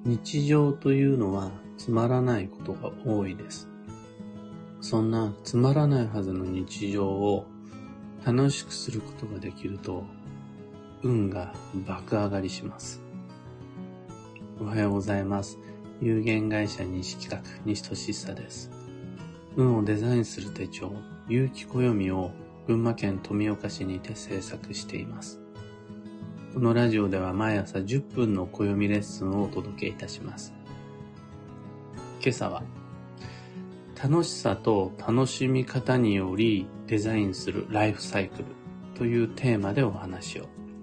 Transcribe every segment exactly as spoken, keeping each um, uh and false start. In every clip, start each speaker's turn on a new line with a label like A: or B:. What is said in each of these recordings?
A: 日常というのはつまらないことが多いです。そんなつまらないはずの日常を楽しくすることができると、運が爆上がりします。おはようございます。有限会社西企画西俊久です。運をデザインする手帳、有機暦を群馬県富岡市にて制作しています。このラジオでは毎朝じゅっぷんの暦レッスンをお届けいたします。今朝は、楽しさと楽しみ方によりデザインするライフサイクルというテーマでお話を。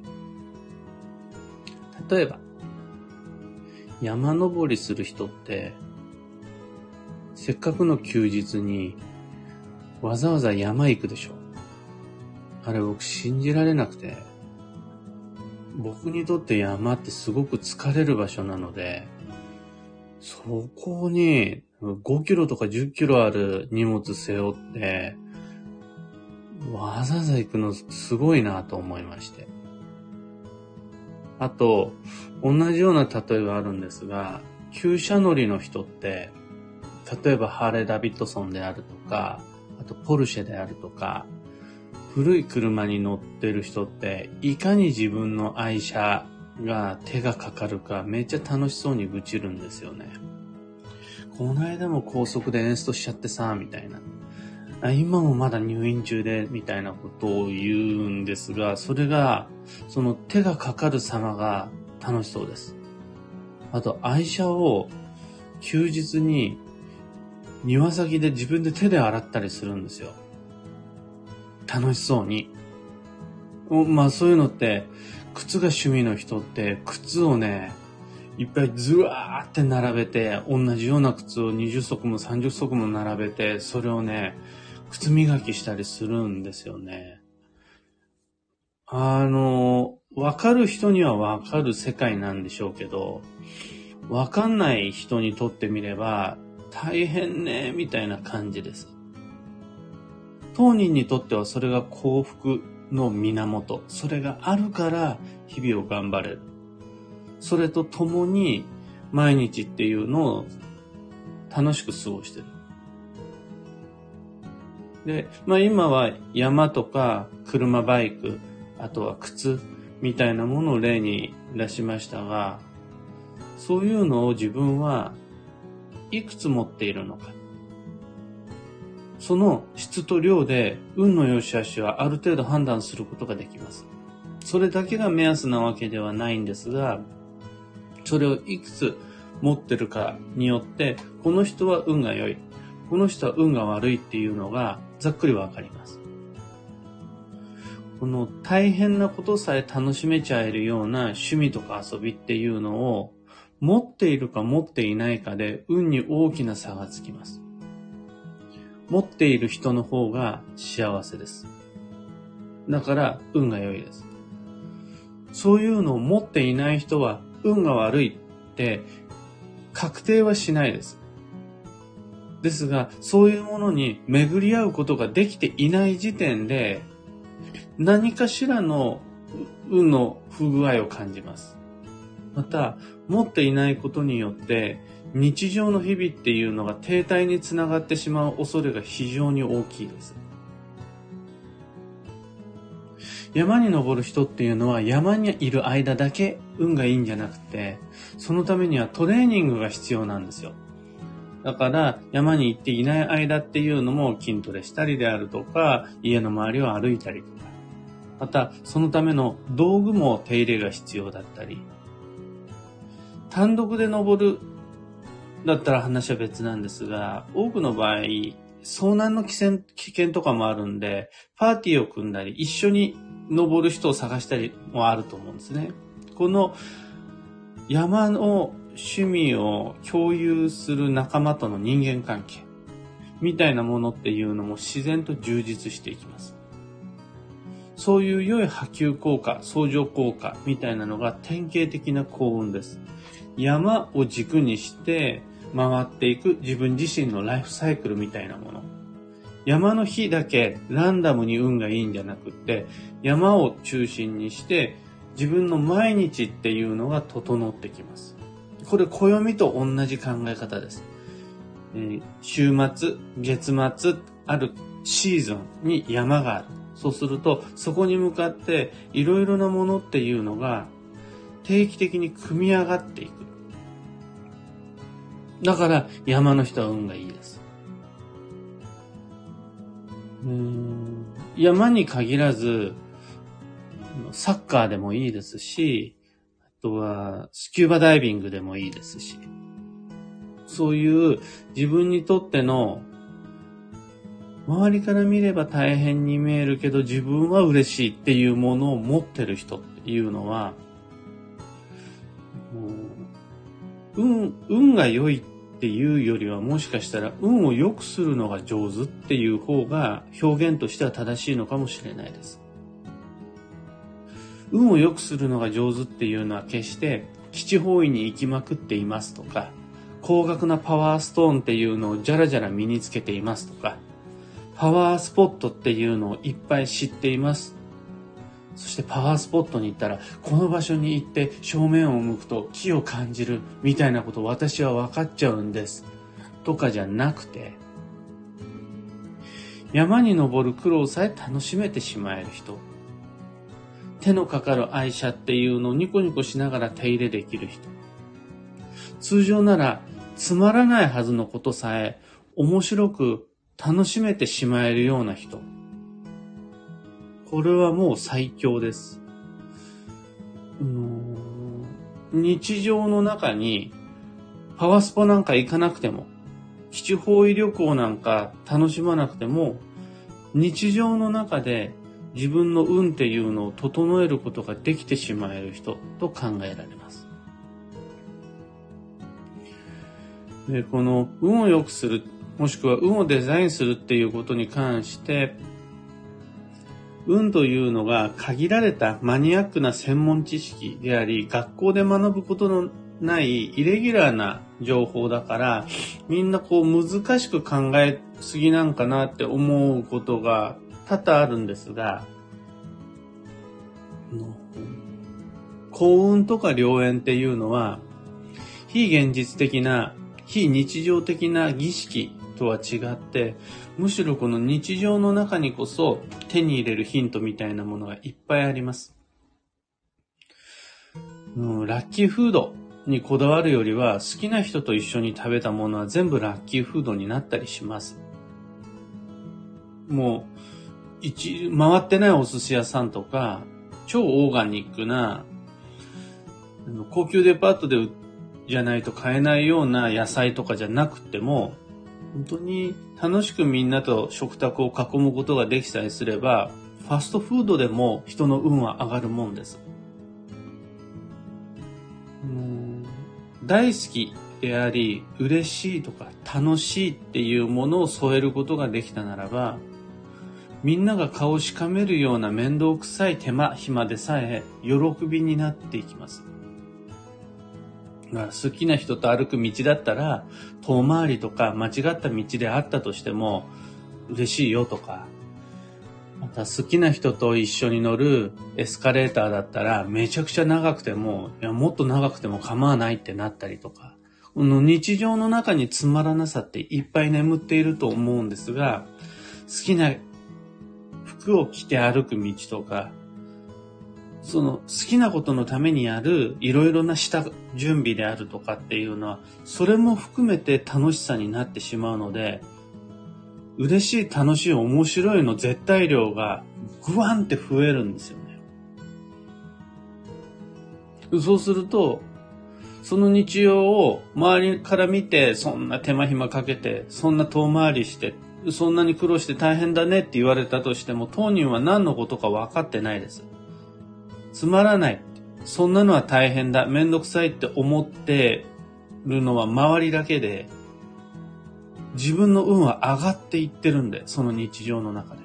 A: 例えば、山登りする人って、せっかくの休日にわざわざ山行くでしょ。あれ僕信じられなくて、僕にとって山ってすごく疲れる場所なので、そこにごキロとかじゅっキロある荷物背負って、わざわざ行くのすごいなと思いまして。あと、同じような例えがあるんですが、旧車乗りの人って、例えばハーレー・ダビッドソンであるとか、あとポルシェであるとか、古い車に乗ってる人って、いかに自分の愛車が手がかかるかめっちゃ楽しそうに愚痴るんですよね。この間も高速でエンストしちゃってさ、みたいな。あ、今もまだ入院中で、みたいなことを言うんですが、それが、その手がかかる様が楽しそうです。あと、愛車を休日に庭先で自分で手で洗ったりするんですよ。楽しそうに。まあそういうのって、靴が趣味の人って靴をね、いっぱいずわーって並べて、同じような靴をにじゅっそくもさんじゅっそくも並べて、それをね、靴磨きしたりするんですよね。あの、わかる人にはわかる世界なんでしょうけど、わかんない人にとってみれば、大変ね、みたいな感じです。当人にとってはそれが幸福の源。それがあるから日々を頑張れる。それとともに毎日っていうのを楽しく過ごしてる。で、まあ今は山とか車、バイク、あとは靴みたいなものを例に出しましたが、そういうのを自分はいくつ持っているのか。その質と量で運の良し悪しはある程度判断することができます。それだけが目安なわけではないんですが、それをいくつ持ってるかによって、この人は運が良い、この人は運が悪いっていうのがざっくりわかります。この大変なことさえ楽しめちゃえるような趣味とか遊びっていうのを持っているか持っていないかで運に大きな差がつきます。持っている人の方が幸せです。だから運が良いです。そういうのを持っていない人は運が悪いって確定はしないです。ですが、そういうものに巡り合うことができていない時点で何かしらの運の不具合を感じます。また、持っていないことによって日常の日々っていうのが停滞につながってしまう恐れが非常に大きいです。山に登る人っていうのは山にいる間だけ運がいいんじゃなくて、そのためにはトレーニングが必要なんですよ。だから山に行っていない間っていうのも筋トレしたりであるとか、家の周りを歩いたりとか、またそのための道具も手入れが必要だったり、単独で登るだったら話は別なんですが、多くの場合、遭難の危険、危険とかもあるんで、パーティーを組んだり、一緒に登る人を探したりもあると思うんですね。この山の趣味を共有する仲間との人間関係みたいなものっていうのも自然と充実していきます。そういう良い波及効果、相乗効果みたいなのが典型的な幸運です。山を軸にして回っていく自分自身のライフサイクルみたいなもの。山の日だけランダムに運がいいんじゃなくって、山を中心にして自分の毎日っていうのが整ってきます。 これ暦と同じ考え方です。えー、週末、月末、あるシーズンに山がある。そうすると、そこに向かっていろいろなものっていうのが定期的に組み上がっていく。だから山の人は運がいいです。うーん、山に限らず、サッカーでもいいですし、あとはスキューバダイビングでもいいですし、そういう自分にとっての周りから見れば大変に見えるけど自分は嬉しいっていうものを持ってる人っていうのは、運、運が良いっていうよりはもしかしたら運を良くするのが上手っていう方が表現としては正しいのかもしれないです。運を良くするのが上手っていうのは決して基地方位に行きまくっていますとか、高額なパワーストーンっていうのをじゃらじゃら身につけていますとか、パワースポットっていうのをいっぱい知っています。そしてパワースポットに行ったら、この場所に行って正面を向くと気を感じるみたいなことを私は分かっちゃうんです。とかじゃなくて、山に登る苦労さえ楽しめてしまえる人。手のかかる愛車っていうのをニコニコしながら手入れできる人。通常ならつまらないはずのことさえ面白く楽しめてしまえるような人。これはもう最強です。うーん、日常の中にパワスポなんか行かなくても、基地方位旅行なんか楽しまなくても、日常の中で自分の運っていうのを整えることができてしまえる人と考えられます。で、この運を良くする、もしくは運をデザインするっていうことに関して、運というのが限られたマニアックな専門知識であり、学校で学ぶことのないイレギュラーな情報だから、みんなこう難しく考えすぎなんかなって思うことが多々あるんですが、幸運とか良縁っていうのは、非現実的な、非日常的な儀式とは違って、むしろこの日常の中にこそ手に入れるヒントみたいなものがいっぱいあります。うん、ラッキーフードにこだわるよりは、好きな人と一緒に食べたものは全部ラッキーフードになったりします。もう一回ってないお寿司屋さんとか、超オーガニックな高級デパートでじゃないと買えないような野菜とかじゃなくても、本当に楽しくみんなと食卓を囲むことができさえすれば、ファストフードでも人の運は上がるもんです。うーん、大好きであり、嬉しいとか楽しいっていうものを添えることができたならば、みんなが顔をしかめるような面倒くさい手間暇でさえ喜びになっていきます。好きな人と歩く道だったら、遠回りとか間違った道であったとしても嬉しいよとか、また好きな人と一緒に乗るエスカレーターだったら、めちゃくちゃ長くても、いやもっと長くても構わないってなったりとか、この日常の中につまらなさっていっぱい眠っていると思うんですが、好きな服を着て歩く道とか、その好きなことのためにやるいろいろな下準備であるとかっていうのは、それも含めて楽しさになってしまうので、嬉しい、楽しい、面白いの絶対量がグワンって増えるんですよね。そうすると、その日常を周りから見て、そんな手間暇かけて、そんな遠回りして、そんなに苦労して大変だねって言われたとしても、当人は何のことか分かってないです。つまらない。そんなのは大変だ。めんどくさいって思ってるのは周りだけで、自分の運は上がっていってるんで、その日常の中で。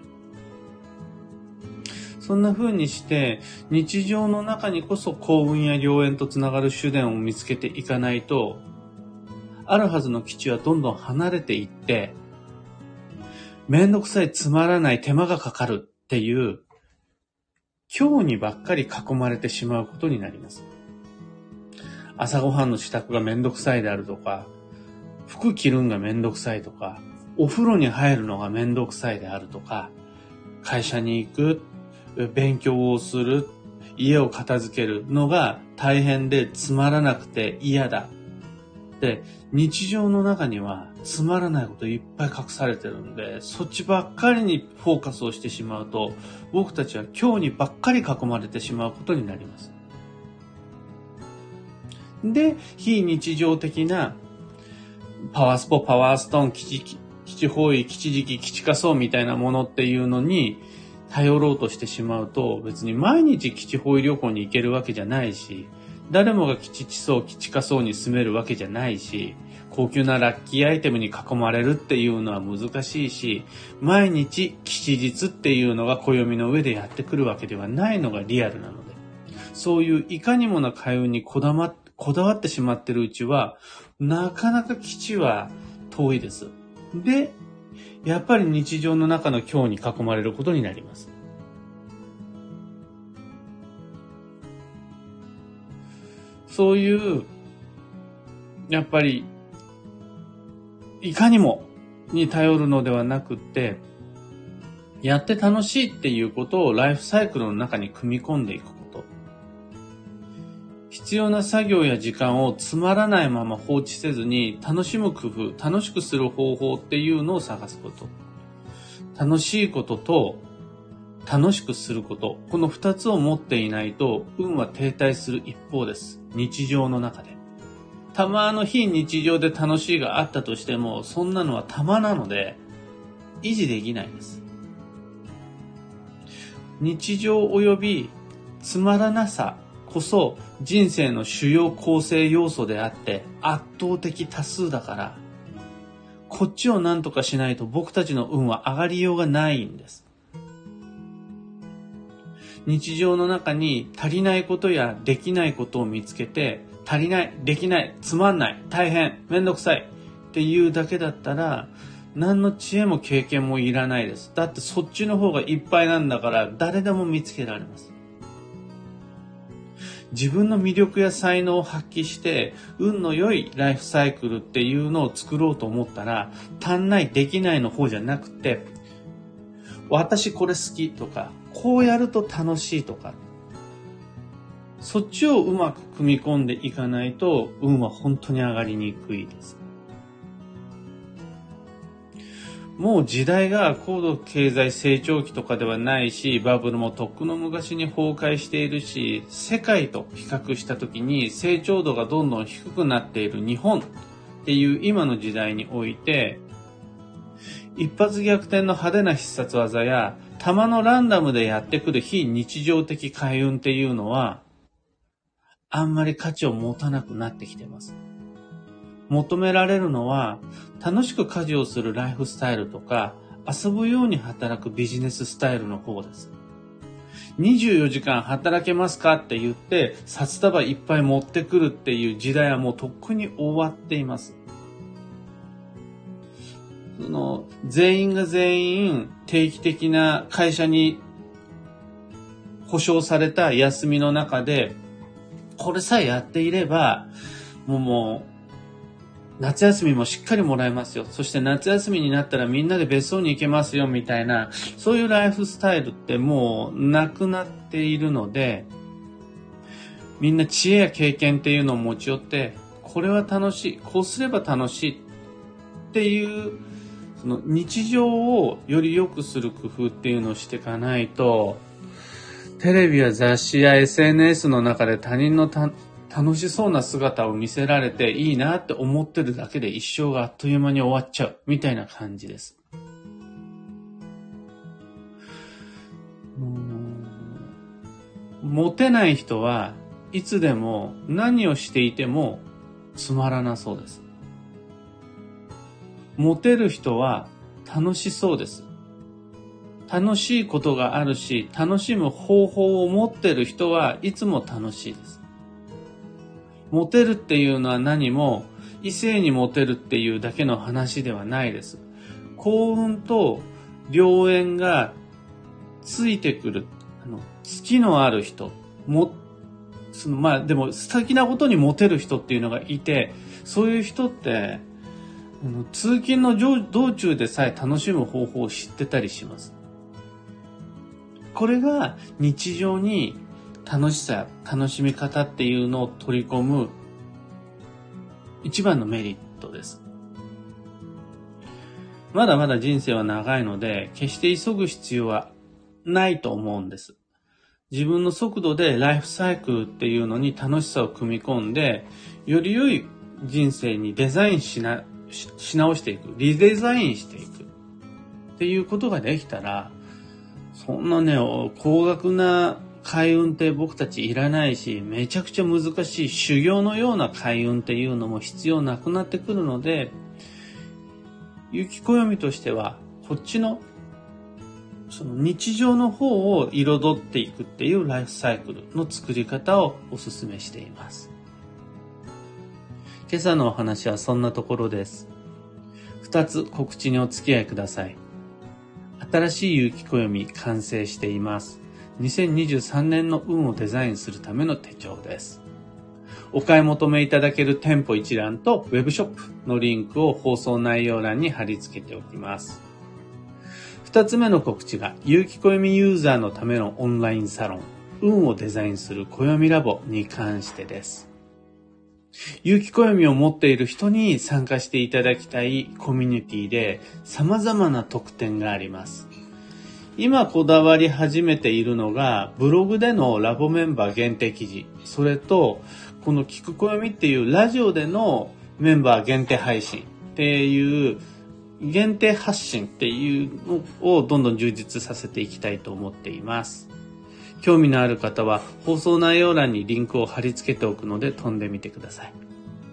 A: そんな風にして、日常の中にこそ幸運や良縁とつながる手段を見つけていかないと、あるはずの基地はどんどん離れていって、めんどくさい、つまらない、手間がかかるっていう、今日にばっかり囲まれてしまうことになります。 朝ごはんの支度がめんどくさいであるとか、服着るんがめんどくさいとか、お風呂に入るのがめんどくさいであるとか、会社に行く、勉強をする、家を片付けるのが大変でつまらなくて嫌だ。で、日常の中にはつまらないこといっぱい隠されてるので、そっちばっかりにフォーカスをしてしまうと、僕たちは今日にばっかり囲まれてしまうことになります。で、非日常的なパワースポ、パワーストーン、基地、基地方位、基地時期、基地仮想みたいなものっていうのに頼ろうとしてしまうと、別に毎日基地方位旅行に行けるわけじゃないし、誰もが基地地層、基地仮想に住めるわけじゃないし、高級なラッキーアイテムに囲まれるっていうのは難しいし、毎日吉日っていうのが暦の上でやってくるわけではないのがリアルなので、そういういかにもな開運にこだま、こだわってしまってるうちは、なかなか基地は遠いです。で、やっぱり日常の中の今日に囲まれることになります。そういう、やっぱり、いかにもに頼るのではなくって、やって楽しいっていうことをライフサイクルの中に組み込んでいくこと。必要な作業や時間をつまらないまま放置せずに、楽しむ工夫、楽しくする方法っていうのを探すこと。楽しいことと楽しくすること、この二つを持っていないと運は停滞する一方です。日常の中で。たまの非日常で楽しいがあったとしても、そんなのはたまなので維持できないです。日常及びつまらなさこそ人生の主要構成要素であって圧倒的多数だから、こっちを何とかしないと僕たちの運は上がりようがないんです。日常の中に足りないことやできないことを見つけて、足りない、できない、つまんない、大変、めんどくさいっていうだけだったら、何の知恵も経験もいらないです。だってそっちの方がいっぱいなんだから誰でも見つけられます。自分の魅力や才能を発揮して運の良いライフサイクルっていうのを作ろうと思ったら、足んないできないの方じゃなくて、私これ好きとか、こうやると楽しいとか、そっちをうまく組み込んでいかないと運は本当に上がりにくいです。もう時代が高度経済成長期とかではないし、バブルもとっくの昔に崩壊しているし、世界と比較した時に成長度がどんどん低くなっている日本っていう今の時代において、一発逆転の派手な必殺技や弾のランダムでやってくる非日常的開運っていうのはあんまり価値を持たなくなってきています。求められるのは楽しく家事をするライフスタイルとか遊ぶように働くビジネススタイルの方です。にじゅうよじかん働けますかって言って札束いっぱい持ってくるっていう時代はもうとっくに終わっています。その全員が全員定期的な会社に保障された休みの中でこれさえやっていればもうもう夏休みもしっかりもらえますよ。そして夏休みになったらみんなで別荘に行けますよみたいな、そういうライフスタイルってもうなくなっているので、みんな知恵や経験っていうのを持ち寄って、これは楽しい、こうすれば楽しいっていう、その日常をより良くする工夫っていうのをしていかないと、テレビや雑誌や エスエヌエス の中で他人のた楽しそうな姿を見せられていいなって思ってるだけで一生があっという間に終わっちゃうみたいな感じです。うーんモテない人はいつでも何をしていてもつまらなそうです。モテる人は楽しそうです。楽しいことがあるし、楽しむ方法を持ってる人はいつも楽しいです。モテるっていうのは何も異性にモテるっていうだけの話ではないです。幸運と良縁がついてくる、あの月のある人、もそのまあでも素敵なことにモテる人っていうのがいて、そういう人って通勤の道中でさえ楽しむ方法を知ってたりします。これが日常に楽しさ、楽しみ方っていうのを取り込む一番のメリットです。まだまだ人生は長いので、決して急ぐ必要はないと思うんです。自分の速度でライフサイクルっていうのに楽しさを組み込んで、より良い人生にデザインしな、し、し直していく、リデザインしていくっていうことができたら、そんなね、高額な開運って僕たちいらないし、めちゃくちゃ難しい修行のような開運っていうのも必要なくなってくるので、雪暦としては、こっちのその日常の方を彩っていくっていうライフサイクルの作り方をお勧めしています。今朝のお話はそんなところです。二つ告知にお付き合いください。新しい雪暦完成しています。にせんにじゅうさんねんの運をデザインするための手帳です。お買い求めいただける店舗一覧とウェブショップのリンクを放送内容欄に貼り付けておきます。二つ目の告知が、有機暦ユーザーのためのオンラインサロン、運をデザインする暦ラボに関してです。有機暦を持っている人に参加していただきたいコミュニティで様々な特典があります。今こだわり始めているのが、ブログでのラボメンバー限定記事、それと、この聞く暦っていうラジオでのメンバー限定配信っていう限定発信っていうのをどんどん充実させていきたいと思っています。興味のある方は放送内容欄にリンクを貼り付けておくので飛んでみてください。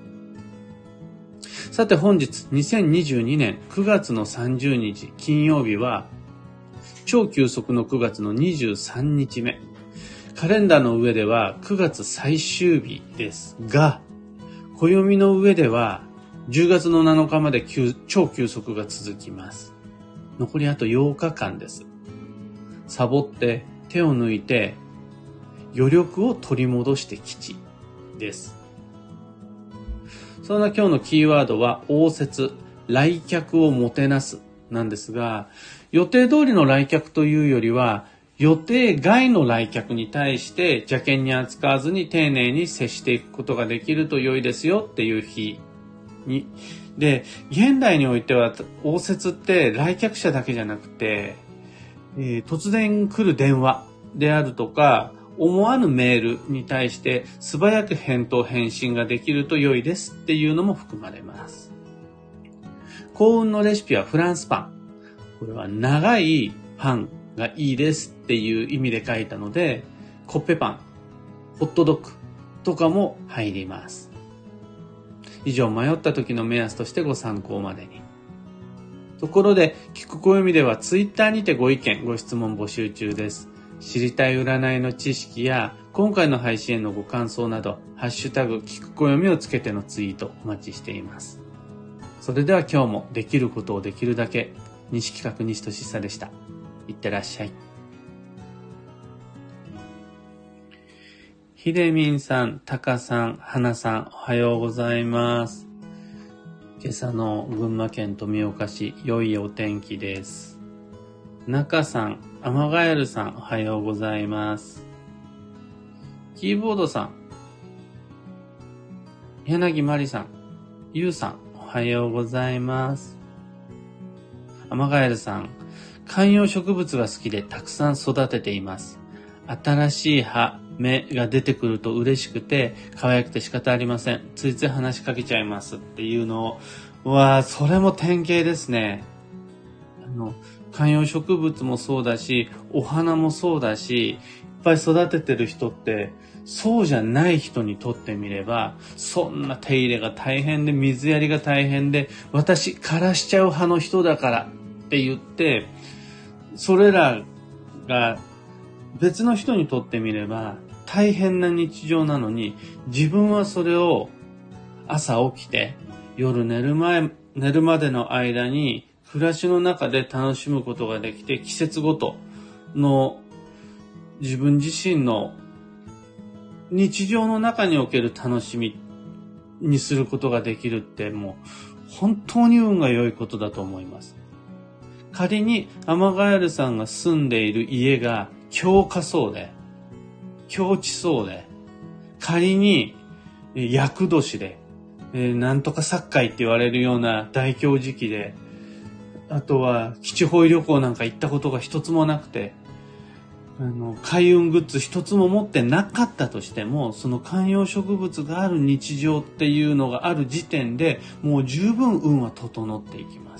A: さて本日にせんにじゅうにねんくがつのさんじゅうにち金曜日は超急速のくがつのにじゅうさんにちめ。カレンダーの上ではくがつ最終日ですが、暦の上ではじゅうがつのなのかまで急超急速が続きます。残りあとようかかんです。サボって手を抜いて余力を取り戻して吉です。そんな今日のキーワードは応接、来客をもてなすなんですが、予定通りの来客というよりは予定外の来客に対して邪険に扱わずに丁寧に接していくことができると良いですよっていう日に。で、現代においては応接って来客者だけじゃなくて、えー、突然来る電話であるとか思わぬメールに対して素早く返答返信ができると良いですっていうのも含まれます。幸運のレシピはフランスパン。これは長いパンがいいですっていう意味で書いたので、コッペパン、ホットドッグとかも入ります。以上、迷った時の目安としてご参考までに。ところで、聞く暦ではツイッターにてご意見、ご質問募集中です。知りたい占いの知識や、今回の配信へのご感想など、ハッシュタグ、聞く暦をつけてのツイートお待ちしています。それでは今日もできることをできるだけ、西企画西俊久でした。いってらっしゃい。ひでみんさん、たかさん、はなさん、おはようございます。今朝の群馬県富岡市、良いお天気です。なかさん、あまがえるさん、おはようございます。キーボードさん、柳まりさん、ゆうさん、おはようございます。あまがえるさん、観葉植物が好きでたくさん育てています。新しい葉、芽が出てくると嬉しくて可愛くて仕方ありません。ついつい話しかけちゃいますっていうのを、うわー、それも典型ですね。あの、観葉植物もそうだし、お花もそうだし、いっぱい育ててる人って、そうじゃない人にとってみれば、そんな手入れが大変で水やりが大変で、私枯らしちゃう派の人だからって言って、それらが別の人にとってみれば大変な日常なのに、自分はそれを朝起きて夜寝る前、寝るまでの間に暮らしの中で楽しむことができて、季節ごとの自分自身の日常の中における楽しみにすることができるってもう本当に運が良いことだと思います。仮にアマガエルさんが住んでいる家が強化そうで、強地そうで、仮に厄年で、えー、なんとか殺海って言われるような大凶時期で、あとは基地方位旅行なんか行ったことが一つもなくて、あの開運グッズ一つも持ってなかったとしても、その観葉植物がある日常っていうのがある時点でもう十分運は整っていきます。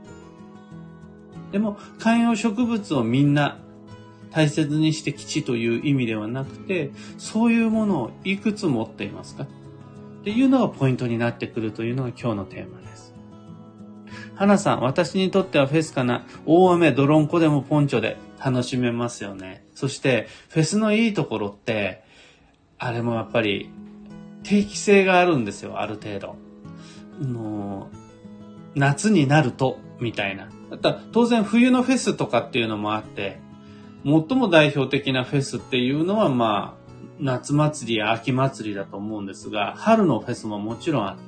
A: でも観葉植物をみんな大切にして基地という意味ではなくて、そういうものをいくつ持っていますかっていうのがポイントになってくるというのが今日のテーマです。花さん、私にとってはフェスかな。大雨、泥んこでもポンチョで楽しめますよね。そしてフェスのいいところって、あれもやっぱり定期性があるんですよ、ある程度。あの夏になるとみたいな。あとは当然冬のフェスとかっていうのもあって、最も代表的なフェスっていうのはまあ夏祭りや秋祭りだと思うんですが、春のフェスももちろんある。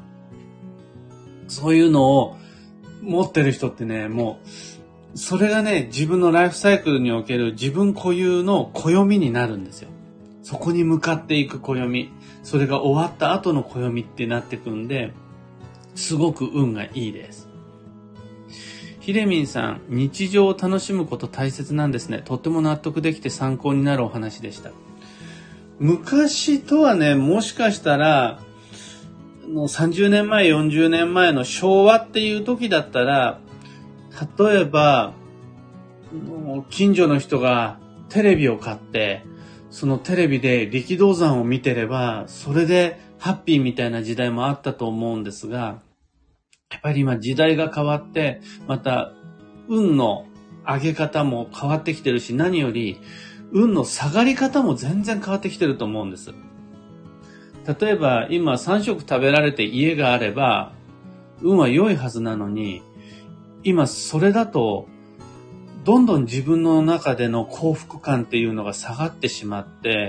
A: そういうのを持ってる人ってね、もうそれがね、自分のライフサイクルにおける自分固有の暦になるんですよ。そこに向かっていく暦、それが終わった後の暦ってなってくんで、すごく運がいいです。ひれみんさん、日常を楽しむこと大切なんですね。とっても納得できて参考になるお話でした。昔とはね、もしかしたらもうさんじゅうねんまえ、よんじゅうねんまえの昭和っていう時だったら、例えば近所の人がテレビを買って、そのテレビで力道山を見てれば、それでハッピーみたいな時代もあったと思うんですが、やっぱり今時代が変わって、また運の上げ方も変わってきてるし、何より運の下がり方も全然変わってきてると思うんです。例えば今さん食食べられて家があれば運は良いはずなのに、今それだとどんどん自分の中での幸福感っていうのが下がってしまって、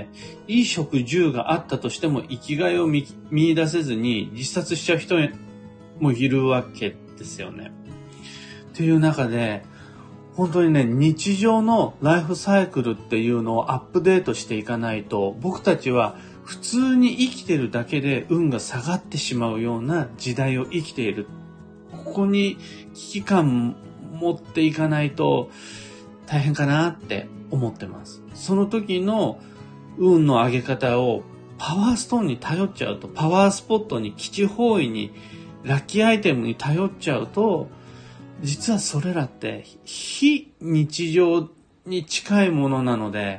A: いい食住があったとしても生きがいを 見, 見出せずに自殺しちゃう人もいるわけですよね。っていう中で本当にね、日常のライフサイクルっていうのをアップデートしていかないと、僕たちは普通に生きてるだけで運が下がってしまうような時代を生きている。ここに危機感持っていかないと大変かなって思ってます。その時の運の上げ方をパワーストーンに頼っちゃうと、パワースポットに、基地方位に、ラッキーアイテムに頼っちゃうと、実はそれらって非日常に近いものなので、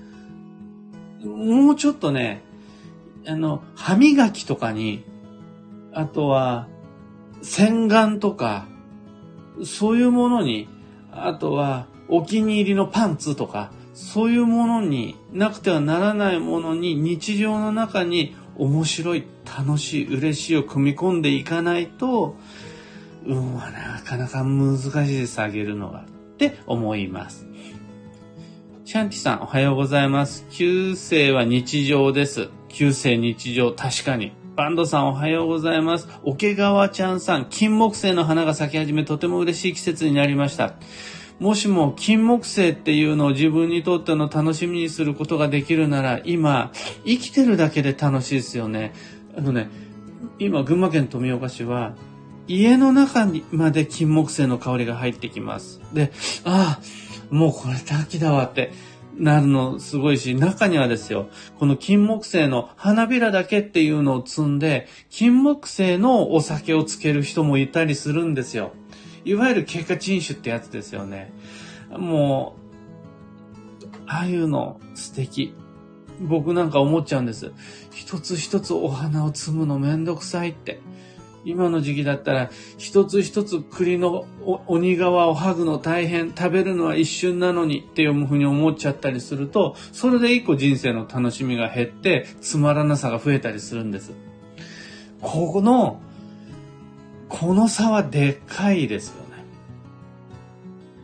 A: もうちょっとね、あの歯磨きとかに、あとは洗顔とか、そういうものに、あとはお気に入りのパンツとか、そういうものになくてはならないものに、日常の中に面白い、楽しい、嬉しいを組み込んでいかないと、運はなかなか難しいです、上げるのがって思います。シャンティさん、おはようございます。旧世は日常です。旧世日常、確かに。バンドさん、おはようございます。桶川ちゃんさん、金木犀の花が咲き始め、とても嬉しい季節になりました。もしも金木犀っていうのを自分にとっての楽しみにすることができるなら、今生きてるだけで楽しいですよね。あのね、今群馬県富岡市は家の中にまで金木犀の香りが入ってきます。で、ああ、もうこれで秋だわってなるのすごいし、中にはですよ、この金木犀の花びらだけっていうのを摘んで、金木犀のお酒をつける人もいたりするんですよ。いわゆる経過鎮酒ってやつですよね。もう、ああいうの素敵。僕なんか思っちゃうんです。一つ一つお花を摘むのめんどくさいって。今の時期だったら、一つ一つ栗の鬼皮を剥ぐの大変、食べるのは一瞬なのにっていうふうに思っちゃったりすると、それで一個人生の楽しみが減って、つまらなさが増えたりするんです。この、この差はでっかいですよね。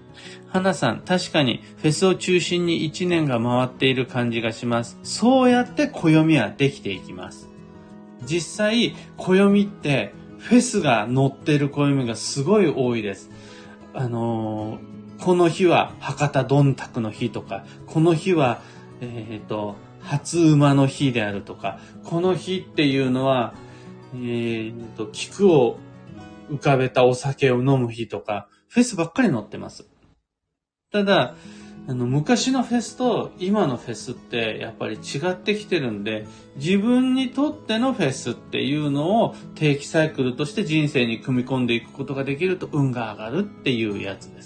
A: 花さん、確かにフェスを中心にいちねんが回っている感じがします。そうやって暦はできていきます。実際、暦ってフェスが載ってる暦がすごい多いです。あのー、この日は博多どんたくの日とか、この日は、えっと、初馬の日であるとか、この日っていうのは、えっと、菊を浮かべたお酒を飲む日とか、フェスばっかり載ってます。ただ、あの、昔のフェスと今のフェスってやっぱり違ってきてるんで、自分にとってのフェスっていうのを定期サイクルとして人生に組み込んでいくことができると運が上がるっていうやつです。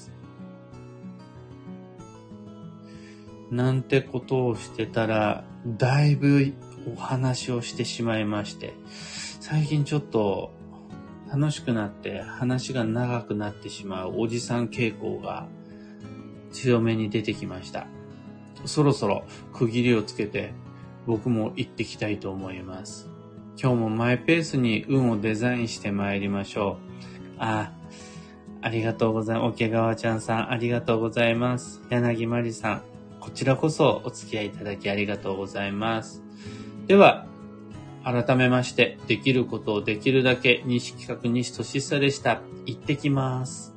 A: なんてことをしてたら、だいぶお話をしてしまいまして、最近ちょっと楽しくなって話が長くなってしまうおじさん傾向が強めに出てきました。そろそろ区切りをつけて僕も行ってきたいと思います。今日もマイペースに運をデザインして参りましょう。あ、ありがとうございます。桶川ちゃんさんありがとうございます。柳まりさん、こちらこそお付き合いいただきありがとうございます。では、改めまして、できることをできるだけ、西企画西俊久でした。行ってきます。